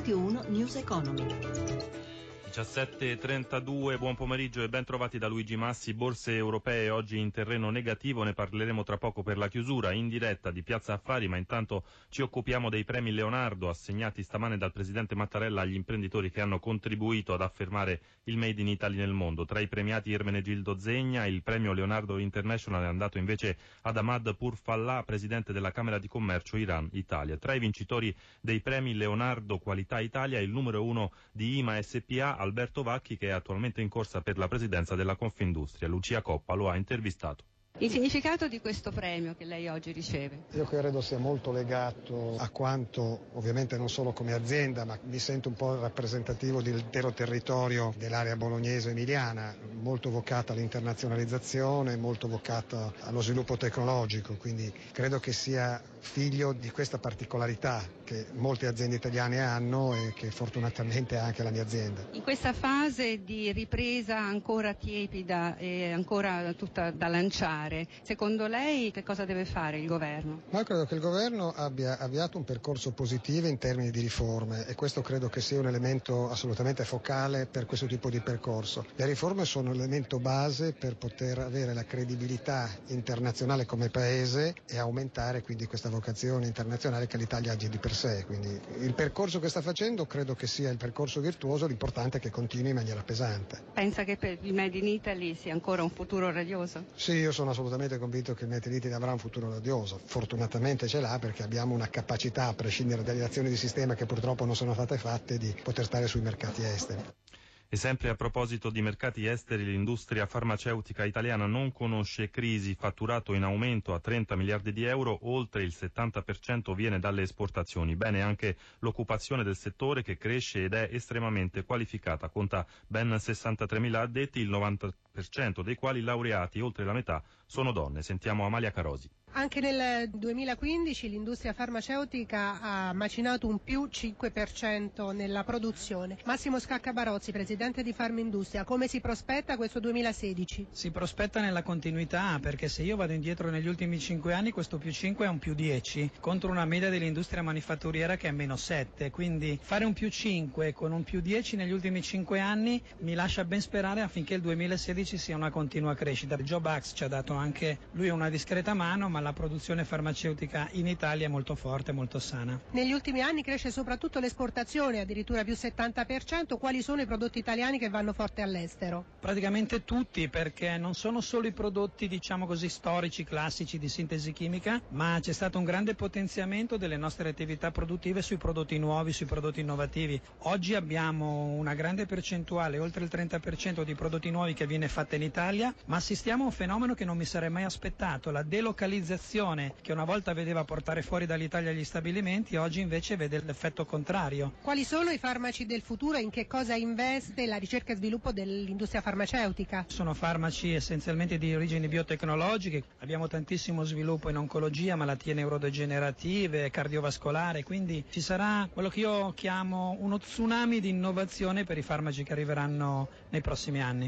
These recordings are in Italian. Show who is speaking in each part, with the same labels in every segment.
Speaker 1: Radio 1 News Economy.
Speaker 2: 17.32, buon pomeriggio e ben trovati da Luigi Massi. Borse europee oggi in terreno negativo, ne parleremo tra poco per la chiusura in diretta di Piazza Affari, ma intanto ci occupiamo dei premi Leonardo assegnati stamane dal Presidente Mattarella agli imprenditori che hanno contribuito ad affermare il Made in Italy nel mondo. Tra i premiati Ermenegildo Zegna, il premio Leonardo International è andato invece ad Ahmad Purfallah, Presidente della Camera di Commercio Iran Italia. Tra i vincitori dei premi Leonardo Qualità Italia, il numero 1 di IMA SPA, Alberto Vacchi, che è attualmente in corsa per la presidenza della Confindustria. Lucia Coppa lo ha intervistato.
Speaker 3: Il significato di questo premio che lei oggi riceve?
Speaker 4: Io credo sia molto legato a quanto, ovviamente non solo come azienda, ma mi sento un po' rappresentativo dell'intero territorio dell'area bolognese emiliana, molto vocata all'internazionalizzazione, molto vocata allo sviluppo tecnologico, quindi credo che sia figlio di questa particolarità che molte aziende italiane hanno e che fortunatamente ha anche la mia azienda.
Speaker 3: In questa fase di ripresa ancora tiepida e ancora tutta da lanciare, secondo lei che cosa deve fare il governo?
Speaker 4: Ma credo che il governo abbia avviato un percorso positivo in termini di riforme e questo credo che sia un elemento assolutamente focale per questo tipo di percorso. Le riforme sono un elemento base per poter avere la credibilità internazionale come paese e aumentare quindi questa vocazione internazionale che l'Italia ha di per sé. Quindi il percorso che sta facendo credo che sia il percorso virtuoso, l'importante è che continui in maniera pesante.
Speaker 3: Pensa che per il Made in Italy sia ancora un futuro radioso?
Speaker 4: Sì, io sono assolutamente convinto che il Made in Italy avrà un futuro radioso, fortunatamente ce l'ha perché abbiamo una capacità, a prescindere dalle azioni di sistema che purtroppo non sono state fatte, di poter stare sui mercati esteri.
Speaker 2: E sempre a proposito di mercati esteri, l'industria farmaceutica italiana non conosce crisi, fatturato in aumento a 30 miliardi di euro, oltre il 70% viene dalle esportazioni. Bene anche l'occupazione del settore che cresce ed è estremamente qualificata, conta ben 63.000 addetti, il 90% dei quali laureati, oltre la metà sono donne. Sentiamo Amalia Carosi.
Speaker 5: Anche nel 2015 l'industria farmaceutica ha macinato un più 5% nella produzione. Massimo Scaccabarozzi, presidente di Farmindustria, come si prospetta questo 2016?
Speaker 6: Si prospetta nella continuità, perché se io vado indietro negli ultimi 5 anni questo più 5 è un più 10 contro una media dell'industria manifatturiera che è meno 7, quindi fare un più 5 con un più 10 negli ultimi 5 anni mi lascia ben sperare affinché il 2016 sia una continua crescita. Joe Bucks ci ha dato anche lui una discreta mano, ma la produzione farmaceutica in Italia è molto forte, molto sana.
Speaker 5: Negli ultimi anni cresce soprattutto l'esportazione, addirittura più 70%. Quali sono i prodotti italiani che vanno forte all'estero?
Speaker 6: Praticamente tutti, perché non sono solo i prodotti, diciamo così, storici, classici di sintesi chimica, ma c'è stato un grande potenziamento delle nostre attività produttive sui prodotti nuovi, sui prodotti innovativi. Oggi abbiamo una grande percentuale, oltre il 30% di prodotti nuovi che viene fatta in Italia, ma assistiamo a un fenomeno che non mi sarei mai aspettato, la delocalizzazione che una volta vedeva portare fuori dall'Italia gli stabilimenti, oggi invece vede l'effetto contrario.
Speaker 5: Quali sono i farmaci del futuro e in che cosa investe la ricerca e sviluppo dell'industria farmaceutica?
Speaker 6: Sono farmaci essenzialmente di origini biotecnologiche, abbiamo tantissimo sviluppo in oncologia, malattie neurodegenerative, cardiovascolare, quindi ci sarà quello che io chiamo uno tsunami di innovazione per i farmaci che arriveranno nei prossimi anni.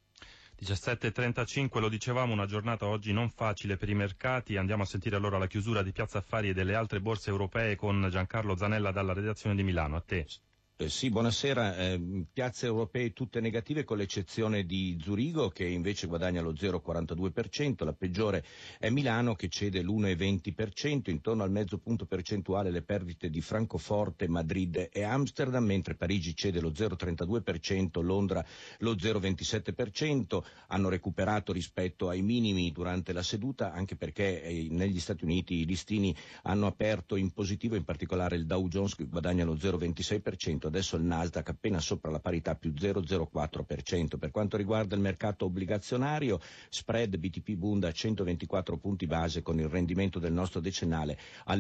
Speaker 2: 17.35, lo dicevamo, una giornata oggi non facile per i mercati. Andiamo a sentire allora la chiusura di Piazza Affari e delle altre borse europee con Giancarlo Zanella dalla redazione di Milano. A te.
Speaker 7: Sì, buonasera. Piazze europee tutte negative con l'eccezione di Zurigo che invece guadagna lo 0,42%, la peggiore è Milano che cede l'1,20%, intorno al mezzo punto percentuale le perdite di Francoforte, Madrid e Amsterdam, mentre Parigi cede lo 0,32%, Londra lo 0,27%, hanno recuperato rispetto ai minimi durante la seduta anche perché negli Stati Uniti i listini hanno aperto in positivo, in particolare il Dow Jones che guadagna lo 0,26%, adesso il Nasdaq appena sopra la parità più 0,04%. Per quanto riguarda il mercato obbligazionario, spread BTP Bund a 124 punti base con il rendimento del nostro decennale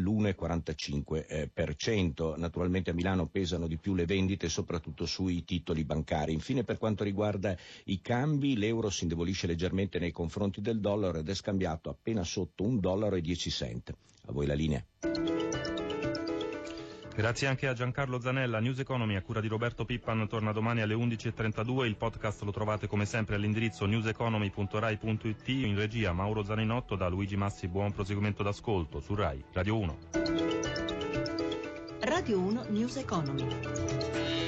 Speaker 7: all'1,45%. Naturalmente a Milano pesano di più le vendite soprattutto sui titoli bancari. Infine per quanto riguarda i cambi, l'euro si indebolisce leggermente nei confronti del dollaro ed è scambiato appena sotto $1,10. A voi la linea.
Speaker 2: Grazie anche a Giancarlo Zanella. News Economy a cura di Roberto Pippan torna domani alle 11.32. Il podcast lo trovate come sempre all'indirizzo newseconomy.rai.it. In regia Mauro Zaninotto, da Luigi Massi buon proseguimento d'ascolto su Rai Radio 1.
Speaker 1: Radio 1 News Economy.